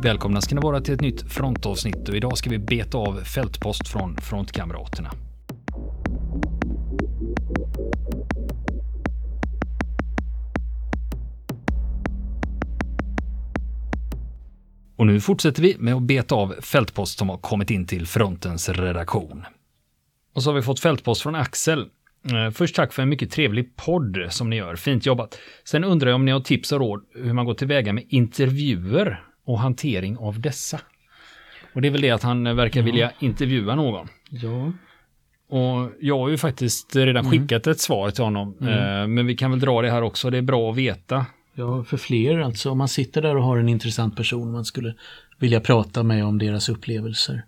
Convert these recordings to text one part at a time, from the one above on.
Välkomna ska ni vara till ett nytt frontavsnitt och idag ska vi beta av fältpost från frontkamraterna. Och nu fortsätter vi med att beta av fältpost som har kommit in till frontens redaktion. Och så har vi fått fältpost från Axel. Först tack för en mycket trevlig podd som ni gör. Fint jobbat. Sen undrar jag om ni har tips och råd hur man går tillväga med intervjuer och hantering av dessa. Och det är väl det att han verkar vilja intervjua någon. Ja. Och jag har ju faktiskt redan skickat ett svar till honom. Men vi kan väl dra det här också. Det är bra att veta. Ja, för fler alltså. Om man sitter där och har en intressant person man skulle vilja prata med om deras upplevelser.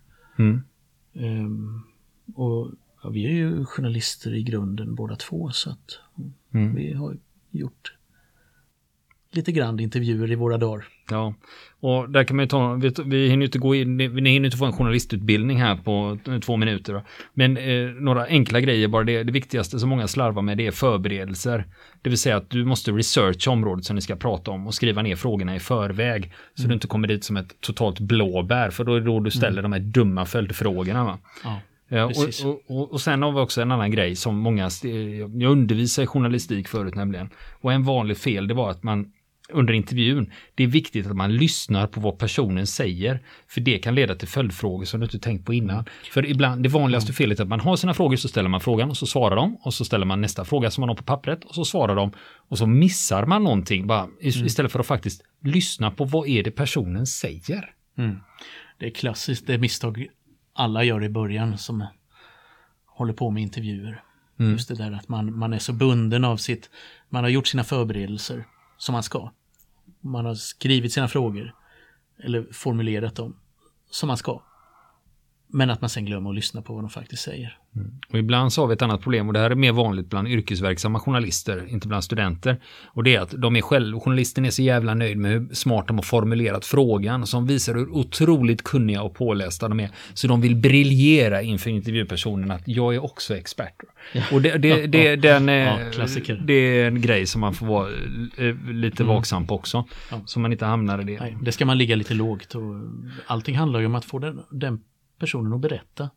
Och ja, vi är ju journalister i grunden båda två, så att vi har gjort lite grann intervjuer i våra dagar. Ja, och där kan man ju ta, vi hinner inte gå in, ni hinner inte få en journalistutbildning här på 2 minuter. Då. Men några enkla grejer bara, det viktigaste som många slarvar med det är förberedelser. Det vill säga att du måste researcha området som ni ska prata om och skriva ner frågorna i förväg. Så du inte kommer dit som ett totalt blåbär, för då är det då du ställer de här dumma följdfrågorna, va? Ja. Ja, och sen har vi också en annan grej som många, jag undervisar i journalistik förut nämligen, och en vanlig fel det var att man under intervjun, det är viktigt att man lyssnar på vad personen säger, för det kan leda till följdfrågor som du inte tänkt på innan. För ibland, det vanligaste felet är att man har sina frågor, så ställer man frågan och så svarar de, och så ställer man nästa fråga som man har på pappret och så svarar de, och så missar man någonting bara, istället för att faktiskt lyssna på vad är det personen säger. Det är klassiskt, det är misstag alla gör i början som håller på med intervjuer. Just det där att man är så bunden av man har gjort sina förberedelser som man ska. Man har skrivit sina frågor eller formulerat dem som man ska. Men att man sen glömmer att lyssna på vad de faktiskt säger. Och ibland så har vi ett annat problem, och det här är mer vanligt bland yrkesverksamma journalister, inte bland studenter. Och det är att journalisten är så jävla nöjd med hur smart de har formulerat frågan, som visar hur otroligt kunniga och pålästa de är. Så de vill briljera inför intervjupersonen att jag är också expert. Ja. Och det är en grej som man får vara lite vaksam på också. Ja. Så man inte hamnar i det. Nej, det ska man ligga lite lågt. Och allting handlar ju om att få den personen att berätta.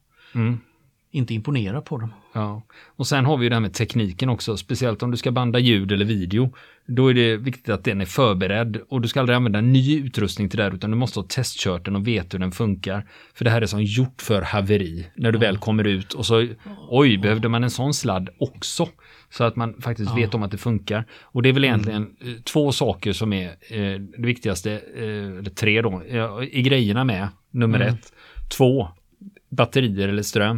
Inte imponera på dem. Ja. Och sen har vi ju det här med tekniken också. Speciellt om du ska banda ljud eller video. Då är det viktigt att den är förberedd. Och du ska aldrig använda ny utrustning till det här, utan du måste ha testkört den och veta hur den funkar. För det här är som gjort för haveri. När du väl kommer ut och så, behövde man en sån sladd också. Så att man faktiskt vet om att det funkar. Och det är väl egentligen 2 saker som är det viktigaste, eller 3 då, i grejerna med. Nummer 1. 2. Batterier eller ström.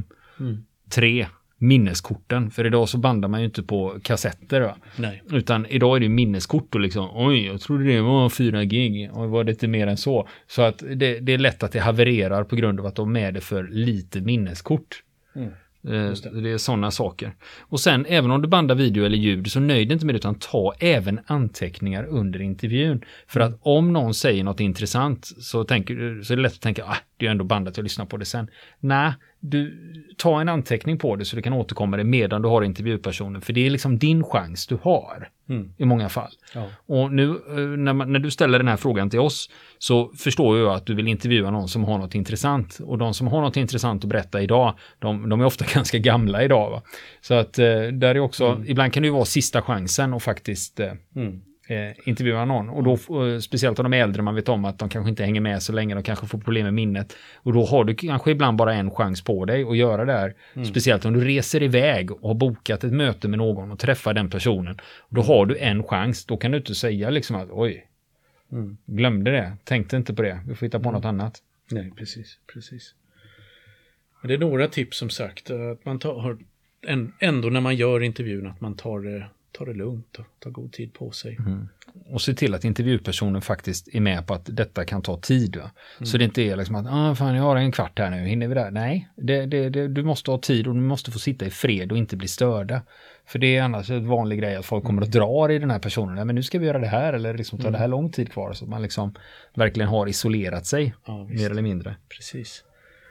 3. Minneskorten. För idag så bandar man ju inte på kassetter, va? Nej. Utan idag är det minneskort och liksom, jag trodde det var 4 gig och var det inte mer än så. Så att det är lätt att det havererar på grund av att de med det för lite minneskort. Det är sådana saker. Och sen, även om du bandar video eller ljud, så nöjd inte med det, utan ta även anteckningar under intervjun. För att om någon säger något intressant så är det lätt att tänka, det är ändå bandat, jag lyssnar på det sen. Nej, du tar en anteckning på det så du kan återkomma det medan du har intervjupersonen. För det är liksom din chans du har i många fall. Ja. Och nu när du ställer den här frågan till oss, så förstår jag att du vill intervjua någon som har något intressant. Och de som har något intressant att berätta idag, de är ofta ganska gamla idag, va? Så att där är också, ibland kan det ju vara sista chansen att faktiskt intervjua någon. Och då, speciellt om de är äldre, man vet om att de kanske inte hänger med så länge, de kanske får problem med minnet. Och då har du kanske ibland bara en chans på dig att göra det här. Speciellt om du reser iväg och har bokat ett möte med någon och träffar den personen. Och då har du en chans. Då kan du inte säga liksom att glömde det, tänkte inte på det, vi får hitta på något annat. Nej, precis. Men det är några tips som sagt, att man ändå när man gör intervjun att man tar det lugnt och tar god tid på sig. Och se till att intervjupersonen faktiskt är med på att detta kan ta tid. Va? Så det inte är liksom att jag har en kvart här nu, hinner vi där? Nej, du måste ha tid och du måste få sitta i fred och inte bli störda. För det är annars en vanlig grej att folk kommer att dra i den här personen. Nej, men nu ska vi göra det här, eller liksom tar det här lång tid kvar, så att man liksom verkligen har isolerat sig mer eller mindre. Precis.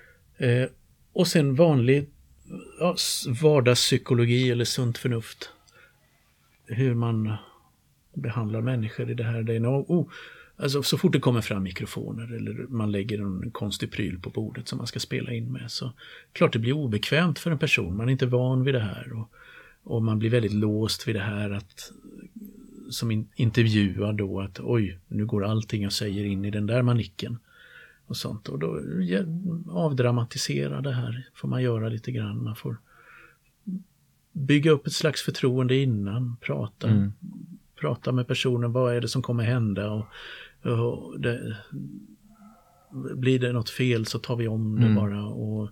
Och sen vanlig vardagspsykologi eller sunt förnuft. Hur man behandlar människor i det här. alltså så fort det kommer fram mikrofoner eller man lägger en konstig pryl på bordet som man ska spela in med, så klart det blir obekvämt för en person. Man är inte van vid det här och man blir väldigt låst vid det här att som intervjuad då att oj, nu går allting jag säger in i den där manicken och sånt. Och då avdramatisera det här får man göra lite grann. Man får bygga upp ett slags förtroende innan, prata med personen, vad är det som kommer hända och blir det något fel så tar vi om det bara och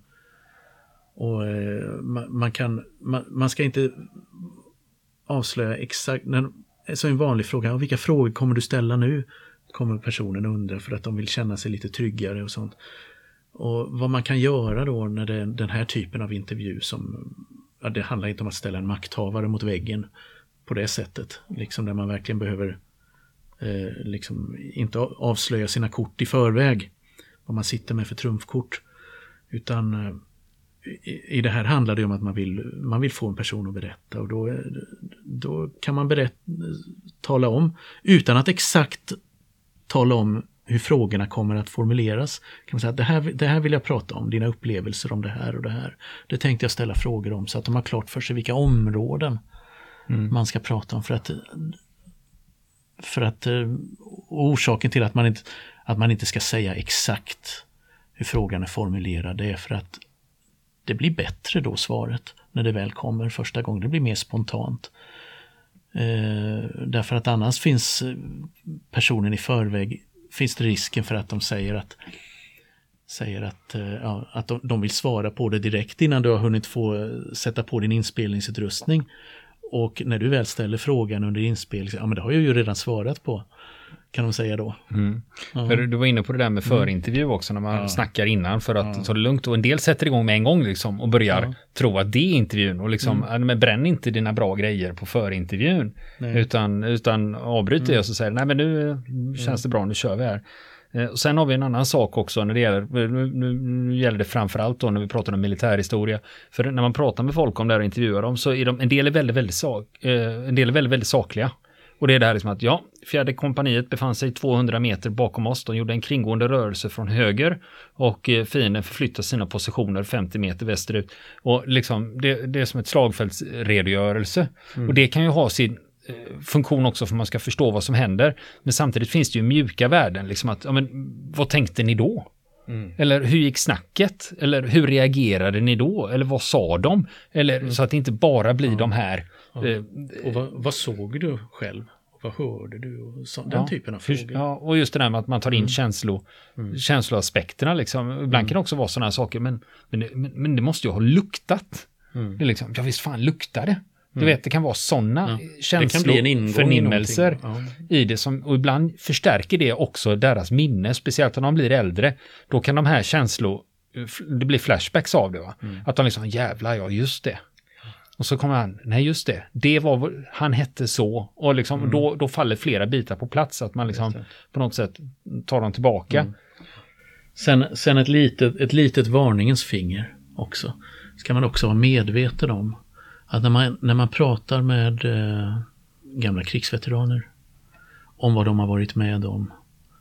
man ska inte avslöja exakt så en vanlig fråga, vilka frågor kommer du ställa nu? Kommer personen undra för att de vill känna sig lite tryggare och sånt. Och vad man kan göra då när det är den här typen av intervju som, ja, det handlar inte om att ställa en makthavare mot väggen på det sättet, liksom där man verkligen behöver liksom inte avslöja sina kort i förväg, vad man sitter med för trumfkort, utan i det här handlar det om att man vill få en person att berätta, och då kan man tala om utan att exakt tala om hur frågorna kommer att formuleras. Kan man säga att det här vill jag prata om, dina upplevelser om det här och det här. Det tänkte jag ställa frågor om så att de har klart för sig vilka områden man ska prata om, för att orsaken till att man inte ska säga exakt hur frågan är formulerad, det är för att det blir bättre då svaret när det väl kommer första gången. Det blir mer spontant. Därför att annars finns personen i förväg, finns det risken för att de säger att de vill svara på det direkt innan du har hunnit få sätta på din inspelningsutrustning. Och när du väl ställer frågan under inspelning, ja men det har jag ju redan svarat på, kan de säga då. För du var inne på det där med förintervju också, när man snackar innan för att ta det lugnt, och en del sätter igång med en gång liksom och börjar tro att det är intervjun och liksom, men bränn inte dina bra grejer på förintervjun, utan avbryt det och så säger nej men nu känns det bra, nu kör vi här. Och sen har vi en annan sak också när det gäller, nu gäller det framförallt då när vi pratar om militärhistoria, för när man pratar med folk om det här och intervjuar dem, så är en del är väldigt sakliga. Och det är det här liksom att fjärde kompaniet befann sig 200 meter bakom oss. De gjorde en kringgående rörelse från höger och fienden förflyttade sina positioner 50 meter västerut. Och liksom, det är som ett slagfältsredogörelse. Och det kan ju ha sin funktion också för att man ska förstå vad som händer. Men samtidigt finns det ju mjuka värden. Liksom att, vad tänkte ni då? Eller hur gick snacket? Eller hur reagerade ni då? Eller vad sa de? Eller så att det inte bara blir de här... Och vad såg du själv? Och vad hörde du? Och den typen av frågor. Ja, och just det där med att man tar in känsloaspekterna. Liksom. Ibland kan det också vara sådana här saker. Men det måste ju ha luktat. Det är liksom, visst fan luktar det. Du vet, det kan vara sådana känsloförnimmelser i det som, och ibland förstärker det också deras minne, speciellt när de blir äldre. Då kan de här det blir flashbacks av det, va? Att de liksom, jävlar, ja just det. Och så kommer han, nej just det var, han hette så, och liksom, då faller flera bitar på plats, att man liksom på något sätt tar dem tillbaka. Sen ett litet varningens finger också, ska man också vara medveten om. Att när man pratar med gamla krigsveteraner om vad de har varit med om,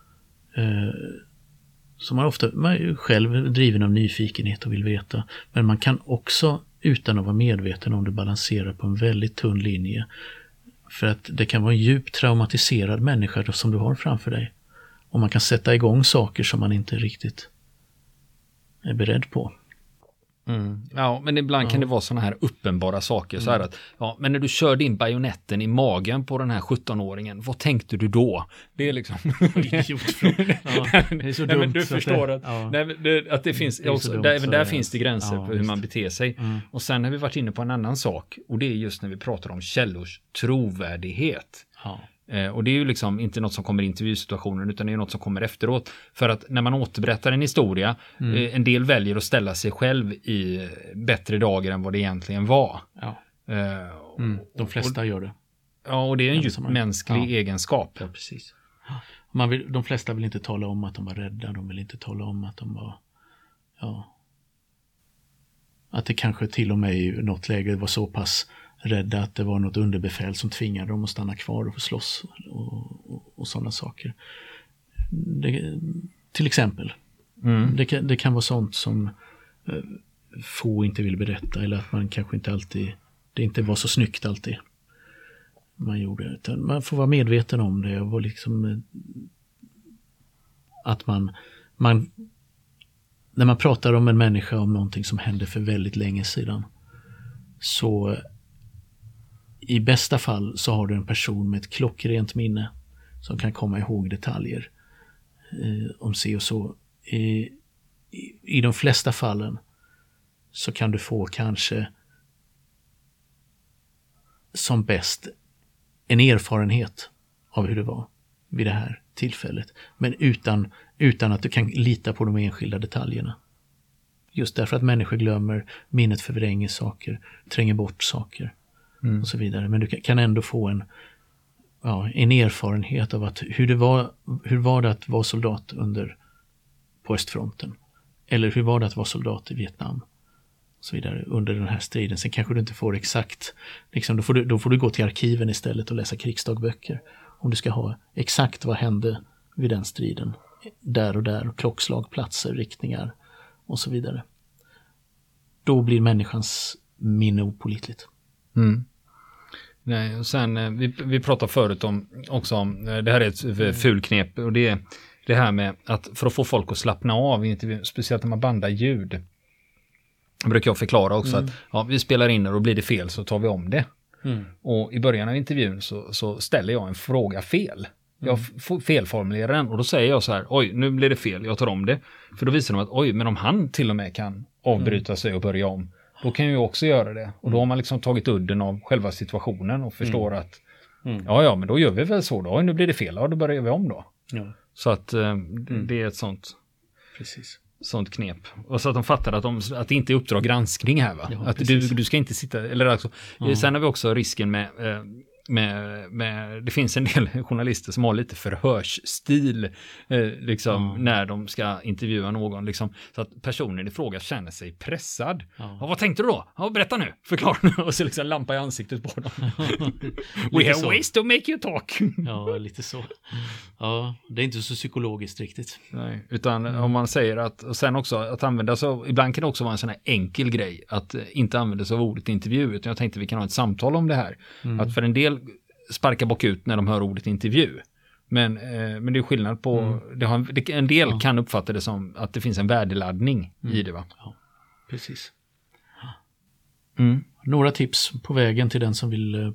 så man är själv driven av nyfikenhet och vill veta, men man kan också utan att vara medveten om det balansera på en väldigt tunn linje, för att det kan vara en djupt traumatiserad människa som du har framför dig, och man kan sätta igång saker som man inte riktigt är beredd på. Ja, men ibland kan det vara såna här uppenbara saker, så här att, men när du körde in bajonetten i magen på den här 17åringen, vad tänkte du då? Det är liksom det är så dumt. Men du förstår att det finns också, även där finns det gränser för hur man beter sig. Och sen har vi varit inne på en annan sak, och det är just när vi pratar om källors trovärdighet. Och det är ju liksom inte något som kommer i intervjusituationen, utan det är något som kommer efteråt. För att när man återberättar en historia, en del väljer att ställa sig själv i bättre dagar än vad det egentligen var. De flesta gör det. Ja, och det är en djupt mänsklig egenskap. Ja, precis. De flesta vill inte tala om att de var rädda, de vill inte tala om att de var... Att det kanske till och med i något läge var så pass rädda att det var något underbefäl som tvingade dem att stanna kvar och slåss och sådana saker. Till exempel. Det kan vara sånt som få inte vill berätta, eller att man kanske inte alltid, det inte var så snyggt alltid man gjorde, utan man får vara medveten om det och liksom att man när man pratar om en människa, om någonting som hände för väldigt länge sedan, så i bästa fall så har du en person med ett klockrent minne som kan komma ihåg detaljer om se och så. I de flesta fallen så kan du få kanske som bäst en erfarenhet av hur det var vid det här tillfället, men utan att du kan lita på de enskilda detaljerna. Just därför att människor glömmer, minnet förvränger saker, tränger bort saker och så vidare. Men du kan ändå få en erfarenhet av att hur var det att vara soldat på östfronten, eller hur var det att vara soldat i Vietnam och så vidare under den här striden. Sen kanske du inte får exakt, liksom, då får du gå till arkiven istället och läsa krigsdagböcker om du ska ha exakt vad hände vid den striden där och där, och klockslag, platser, riktningar och så vidare. Då blir människans minne opålitligt. Nej, och sen vi pratade förut om det här är ett fulknep, och det är det här med att för att få folk att slappna av, speciellt när man bandar ljud, brukar jag förklara också att vi spelar in och blir det fel så tar vi om det. Och i början av intervjun så ställer jag en fråga fel. Jag felformulerar den och då säger jag så här: oj, nu blir det fel, jag tar om det. För då visar de att oj, men om han till och med kan avbryta sig och börja om, då kan jag också göra det. Och då har man liksom tagit udden av själva situationen och förstår att ja, men då gör vi väl så då. Oj, nu blir det fel, då börjar vi om då. Ja. Så att det är ett sånt knep. Och så att de fattar att det inte är uppdrag granskning här, va? Ja, att du ska inte sitta, eller alltså, sen har vi också risken med det finns en del journalister som har lite förhörsstil när de ska intervjua någon, liksom, så att personen i fråga känner sig pressad. Vad tänkte du då? Berätta nu, förklara nu. Och så liksom lampa i ansiktet på dem. We have ways to make you talk. Ja, lite så. Ja, det är inte så psykologiskt riktigt. Nej, utan om man säger att, och sen också att använda sig av, ibland kan det också vara en sån här enkel grej att inte använda sig av ordet intervju, utan jag tänkte vi kan ha ett samtal om det här. Att för en del sparka bakut när de hör ordet intervju. Men det är skillnad på, en del kan uppfatta det som att det finns en värdeladdning i det, va? Ja, precis. Några tips på vägen till den som vill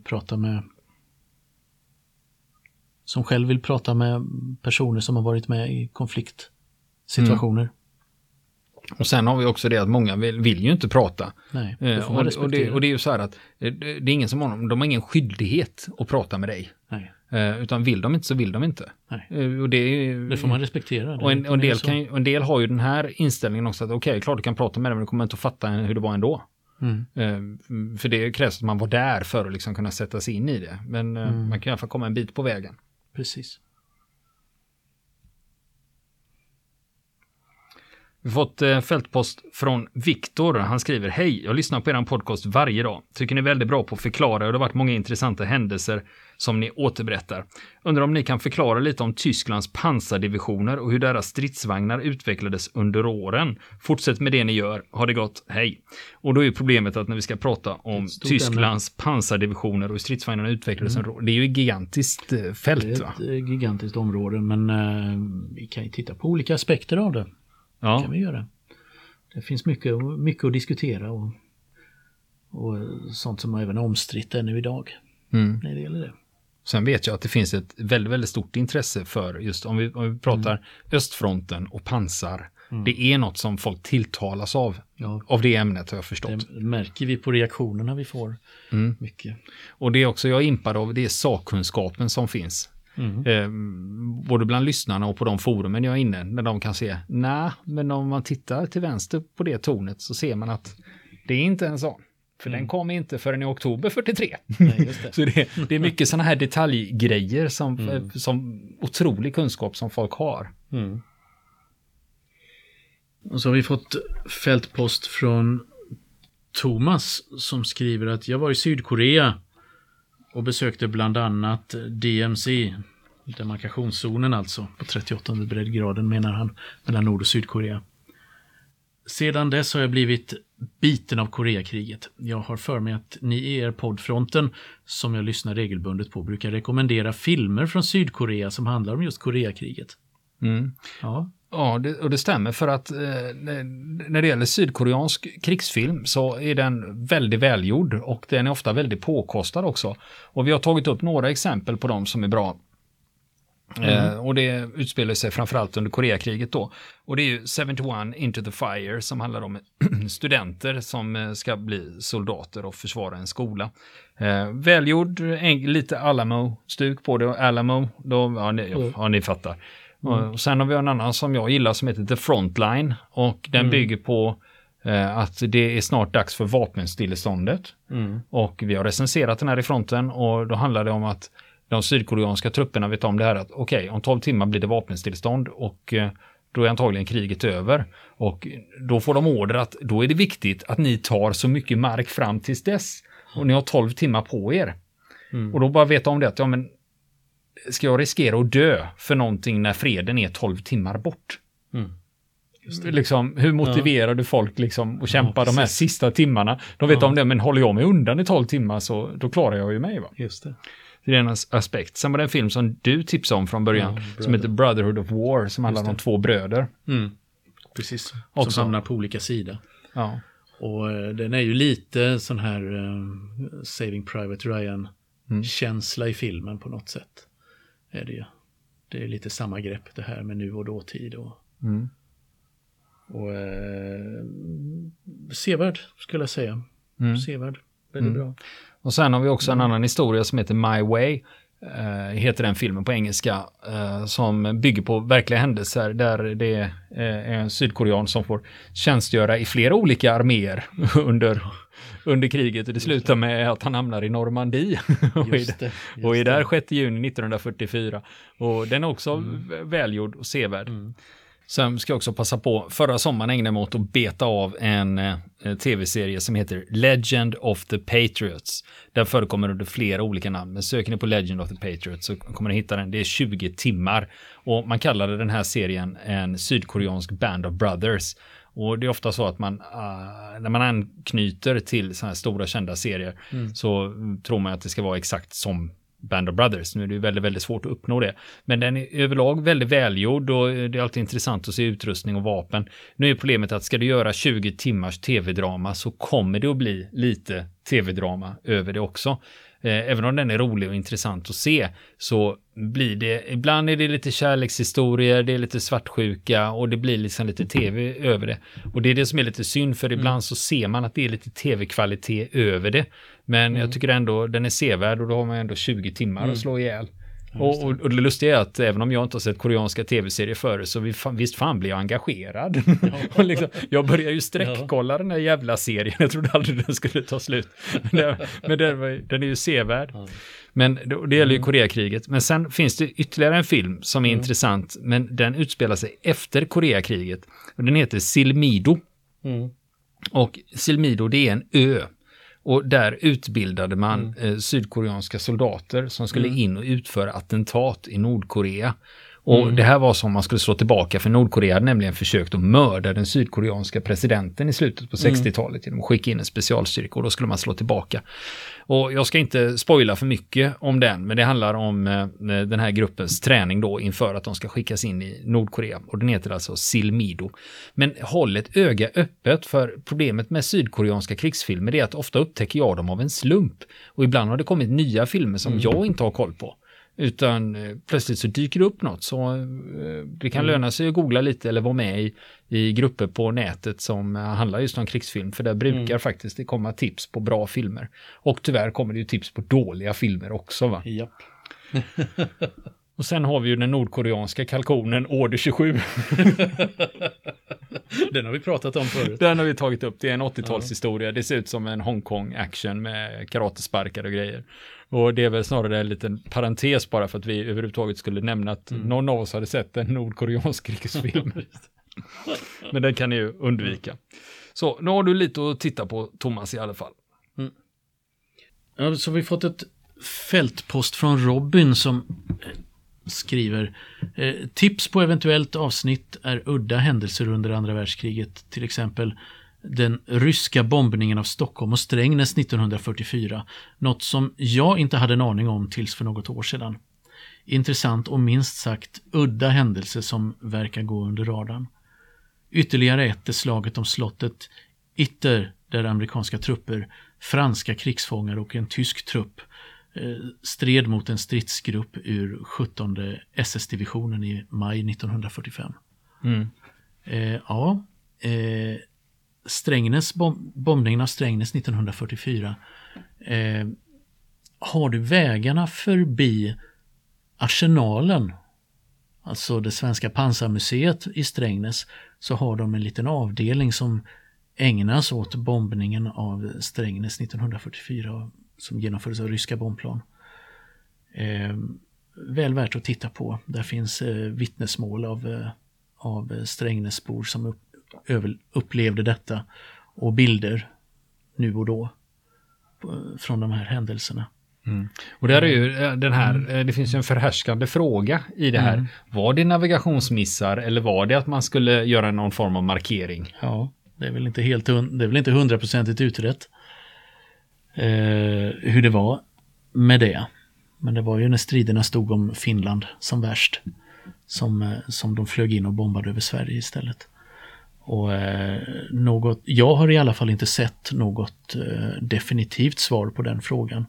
som själv vill prata med personer som har varit med i konfliktsituationer. Och sen har vi också det att många vill ju inte prata. Nej, och det är ju så här att det är ingen som de har ingen skyldighet att prata med dig. Nej. Utan vill de inte så vill de inte. Nej. Och det får man respektera. Och en del har ju den här inställningen också att okej, klart du kan prata med dem, men du kommer inte att fatta hur det var ändå. För det krävs att man var där för att liksom kunna sätta sig in i det. Men man kan i alla fall komma en bit på vägen. Precis. Vi har fått fältpost från Viktor. Han skriver: hej, jag lyssnar på er podcast varje dag. Tycker ni är väldigt bra på att förklara och det har varit många intressanta händelser som ni återberättar. Undrar om ni kan förklara lite om Tysklands pansardivisioner och hur deras stridsvagnar utvecklades under åren. Fortsätt med det ni gör. Ha det gott. Hej. Och då är problemet att när vi ska prata om Tysklands pansardivisioner och hur stridsvagnarna utvecklades under åren, det är ju ett gigantiskt fält, va? Det är ett gigantiskt område, men vi kan ju titta på olika aspekter av det. Ja. Kan vi göra. Det finns mycket att diskutera och sånt som är även omstritt ännu idag när det gäller det. Sen vet jag att det finns ett väldigt, väldigt stort intresse för just om vi pratar östfronten och pansar. Det är något som folk tilltalas av det ämnet, har jag förstått. Det märker vi på reaktionerna vi får mycket. Och det är också jag är impad av, det är sakkunskapen som finns. Både bland lyssnarna och på de forumen jag är inne, när de kan se, men om man tittar till vänster på det tornet så ser man att det är inte en sån. För den kom inte förrän i oktober 43. Nej, just det. Så det är mycket såna här detaljgrejer som otrolig kunskap som folk har. Och så har vi fått fältpost från Thomas som skriver att jag var i Sydkorea och besökte bland annat DMZ, Demarkationszonen alltså, på 38:e breddgraden menar han, mellan Nord- och Sydkorea. Sedan dess har jag blivit biten av Koreakriget. Jag har för mig att ni i er poddfronten, som jag lyssnar regelbundet på, brukar rekommendera filmer från Sydkorea som handlar om just Koreakriget. Ja, och det stämmer, för att när det gäller sydkoreansk krigsfilm så är den väldigt välgjord och den är ofta väldigt påkostad också. Och vi har tagit upp några exempel på dem som är bra. Och det utspelar sig framförallt under Koreakriget då. Och det är ju 71 Into the Fire som handlar om studenter som ska bli soldater och försvara en skola. Välgjord, lite Alamo-stuk på det. Alamo, då, ni fattar. Och sen har vi en annan som jag gillar som heter The Frontline. Och den bygger på att det är snart dags för vapenstilleståndet. Och vi har recenserat den här i fronten, och då handlar det om att de sydkoreanska trupperna vet om det här att okej, om 12 timmar blir det vapenstillestånd och då är antagligen kriget över. Och då får de order att då är det viktigt att ni tar så mycket mark fram tills dess. Och ni har 12 timmar på er. Och då bara vet om det att ja, men ska jag riskera att dö för någonting när freden är 12 timmar bort? Liksom, hur motiverar du folk liksom att kämpa de här sista timmarna? De vet om det, men håller jag mig undan i 12 timmar så då klarar jag ju mig, va? Just det. Det är en aspekt. Sen var det en film som du tipsade om från början som heter Brotherhood of War, som handlar om 2 bröder. Precis, också. som hamnar på olika sidor. Ja. Och den är ju lite sån här Saving Private Ryan-känsla i filmen på något sätt. Är det ju. Det är lite samma grepp det här med nu och dåtid. Och sevärd skulle jag säga. Sevärd, väldigt bra. Och sen har vi också en annan historia som heter My Way, heter den filmen på engelska, som bygger på verkliga händelser där det är en sydkorean som får tjänstgöra i flera olika arméer under kriget, och det slutar med att han hamnar i Normandie och är där 6 juni 1944, och den är också välgjord och sevärd. Sen ska jag också passa på, förra sommaren ägnade jag mig åt att beta av en tv-serie som heter Legend of the Patriots. Den förekommer under flera olika namn, men söker ni på Legend of the Patriots så kommer ni hitta den. Det är 20 timmar och man kallade den här serien en sydkoreansk Band of Brothers. Och det är ofta så att man, när man anknyter till sådana här stora kända serier så tror man att det ska vara exakt som Band of Brothers. Nu är det ju väldigt, väldigt svårt att uppnå det. Men den är överlag väldigt välgjord och det är alltid intressant att se utrustning och vapen. Nu är problemet att ska du göra 20 timmars tv-drama så kommer det att bli lite tv-drama över det också. Även om den är rolig och intressant att se så blir det, ibland är det lite kärlekshistorier, det är lite svartsjuka och det blir liksom lite tv över det. Och det är det som är lite synd, för ibland så ser man att det är lite tv-kvalitet över det. Men jag tycker ändå den är sevärd och då har man ändå 20 timmar att slå ihjäl. Och det lustiga är att även om jag inte har sett koreanska tv-serier förr så visst fan blir jag engagerad. Och liksom, jag börjar ju sträckkolla den här jävla serien. Jag trodde aldrig den skulle ta slut. Men den är ju sevärd. Men det gäller ju Koreakriget. Men sen finns det ytterligare en film som är intressant, men den utspelar sig efter Koreakriget. Och den heter Silmido. Och Silmido, det är en ö. Och där utbildade man sydkoreanska soldater som skulle in och utföra attentat i Nordkorea. Och det här var som man skulle slå tillbaka, för Nordkorea hade nämligen försökt att mörda den sydkoreanska presidenten i slutet på 60-talet genom att skicka in en specialstyrka, och då skulle man slå tillbaka. Och jag ska inte spoila för mycket om den, men det handlar om den här gruppens träning då inför att de ska skickas in i Nordkorea. Och den heter alltså Silmido. Men håll ett öga öppet, för problemet med sydkoreanska krigsfilmer är att ofta upptäcker jag dem av en slump. Och ibland har det kommit nya filmer som jag inte har koll på. Utan plötsligt så dyker det upp något, så det kan löna sig att googla lite eller vara med i grupper på nätet som handlar just om krigsfilm, för där brukar faktiskt det komma tips på bra filmer. Och tyvärr kommer det ju tips på dåliga filmer också, va? Japp. Och sen har vi ju den nordkoreanska kalkonen Order 27. Den har vi pratat om förut. Den har vi tagit upp. Det är en 80-talshistoria. Det ser ut som en Hongkong-action med karatesparkar och grejer. Och det är väl snarare en liten parentes bara för att vi överhuvudtaget skulle nämna att någon av oss hade sett en nordkoreansk krigsfilm. Men den kan ni ju undvika. Så nu har du lite att titta på, Thomas, i alla fall. Ja, så har vi fått ett fältpost från Robin som skriver tips på eventuellt avsnitt är udda händelser under andra världskriget, till exempel den ryska bombningen av Stockholm och Strängnäs 1944, något som jag inte hade en aning om tills för något år sedan. Intressant och minst sagt udda händelser som verkar gå under radarn. Ytterligare ett är slaget om slottet Itter, där amerikanska trupper, franska krigsfångar och en tysk trupp stred mot en stridsgrupp ur 17:e SS-divisionen i maj 1945. Strängnäs, bombningen av Strängnäs 1944. Har du vägarna förbi Arsenalen, alltså det svenska pansarmuseet i Strängnäs, så har de en liten avdelning som ägnas åt bombningen av Strängnäs 1944 som genomfördes av ryska bombplan. Väl värt att titta på. Där finns vittnesmål av Strängnäsbor som upplevde detta och bilder nu och då från de här händelserna. Och där är ju den här, det finns ju en förhärskande fråga i det här. Var det navigationsmissar eller var det att man skulle göra någon form av markering? Ja, det är väl inte 100% utrett hur det var med det. Men det var ju när striderna stod om Finland som värst som de flög in och bombade över Sverige istället. Och jag har i alla fall inte sett något definitivt svar på den frågan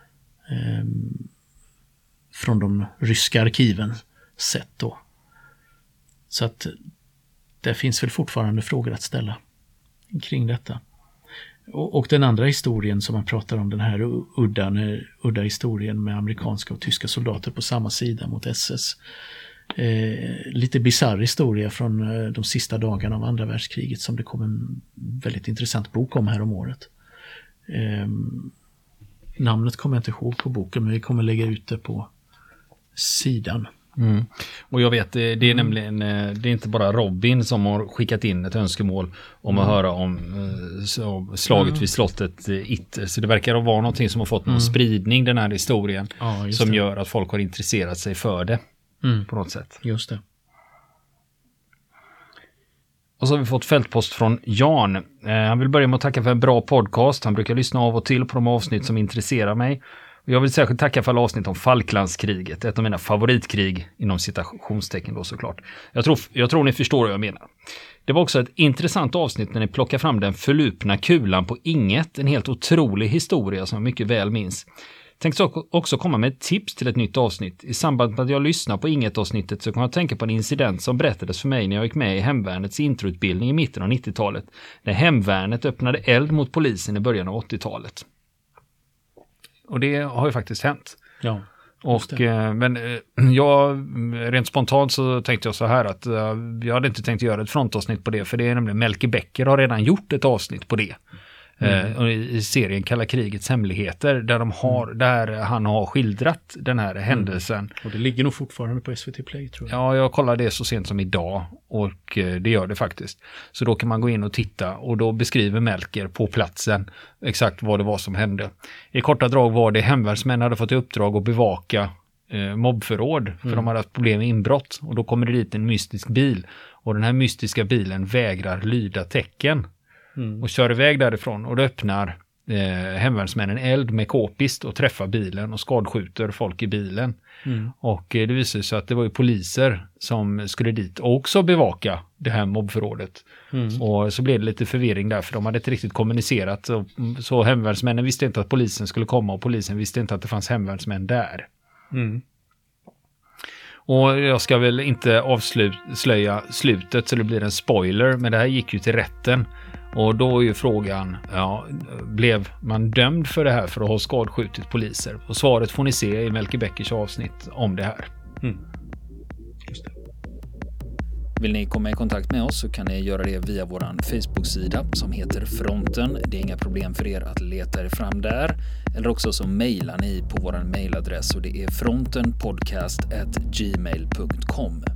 från de ryska arkiven sett då. Så att det finns väl fortfarande frågor att ställa kring detta. Och den andra historien som man pratar om, den här udda historien med amerikanska och tyska soldater på samma sida mot SS. Lite bizarr historia från de sista dagarna av andra världskriget som det kom en väldigt intressant bok om här om året. Namnet kommer jag inte ihåg på boken, men vi kommer lägga ut det på sidan. Och jag vet, det är nämligen, det är inte bara Robin som har skickat in ett önskemål om att höra om slaget vid slottet Itter. Så det verkar vara någonting som har fått någon spridning, den här historien, som gör att folk har intresserat sig för det på något sätt. Just det. Och så har vi fått fältpost från Jan. Han vill börja med att tacka för en bra podcast. Han brukar lyssna av och till på de avsnitt som intresserar mig. Och jag vill särskilt tacka för alla avsnitt om Falklandskriget. Ett av mina favoritkrig inom citationstecken då såklart. Jag tror ni förstår vad jag menar. Det var också ett intressant avsnitt när ni plockar fram den förlupna kulan på inget. En helt otrolig historia som jag mycket väl minns. Tänkte också komma med ett tips till ett nytt avsnitt. I samband med att jag lyssnar på inget-avsnittet så kan jag tänka på en incident som berättades för mig när jag gick med i hemvärnets introutbildning i mitten av 90-talet. När hemvärnet öppnade eld mot polisen i början av 80-talet. Och det har ju faktiskt hänt. Ja. Men jag, rent spontant så tänkte jag så här att jag hade inte tänkt göra ett frontavsnitt på det, för det är nämligen Melker Becker har redan gjort ett avsnitt på det. I serien Kalla krigets hemligheter där han har skildrat den här händelsen. Och det ligger nog fortfarande på SVT Play, tror jag. Ja, jag kollade det så sent som idag och det gör det faktiskt. Så då kan man gå in och titta och då beskriver Melker på platsen exakt vad det var som hände. I korta drag var det hemvärnsmän hade fått i uppdrag att bevaka mobbförråd för de hade haft problem med inbrott, och då kommer det dit en mystisk bil och den här mystiska bilen vägrar lyda tecken. Och kör iväg därifrån, och då öppnar hemvärnsmännen eld med k-pist och träffar bilen och skadskjuter folk i bilen. Och det visar sig att det var ju poliser som skulle dit och också bevaka det här mobbförrådet. Och så blev det lite förvirring där, för de hade inte riktigt kommunicerat. Så hemvärnsmännen visste inte att polisen skulle komma och polisen visste inte att det fanns hemvärnsmän där. Och jag ska väl inte avslöja slutet så det blir en spoiler, men det här gick ju till rätten. Och då är ju frågan, blev man dömd för det här för att ha skadskjutit poliser? Och svaret får ni se i Melker Beckers avsnitt om det här. Just det. Vill ni komma i kontakt med oss så kan ni göra det via vår Facebook-sida som heter Fronten. Det är inga problem för er att leta er fram där. Eller också så mejlar ni på vår mejladress och det är frontenpodcast@gmail.com.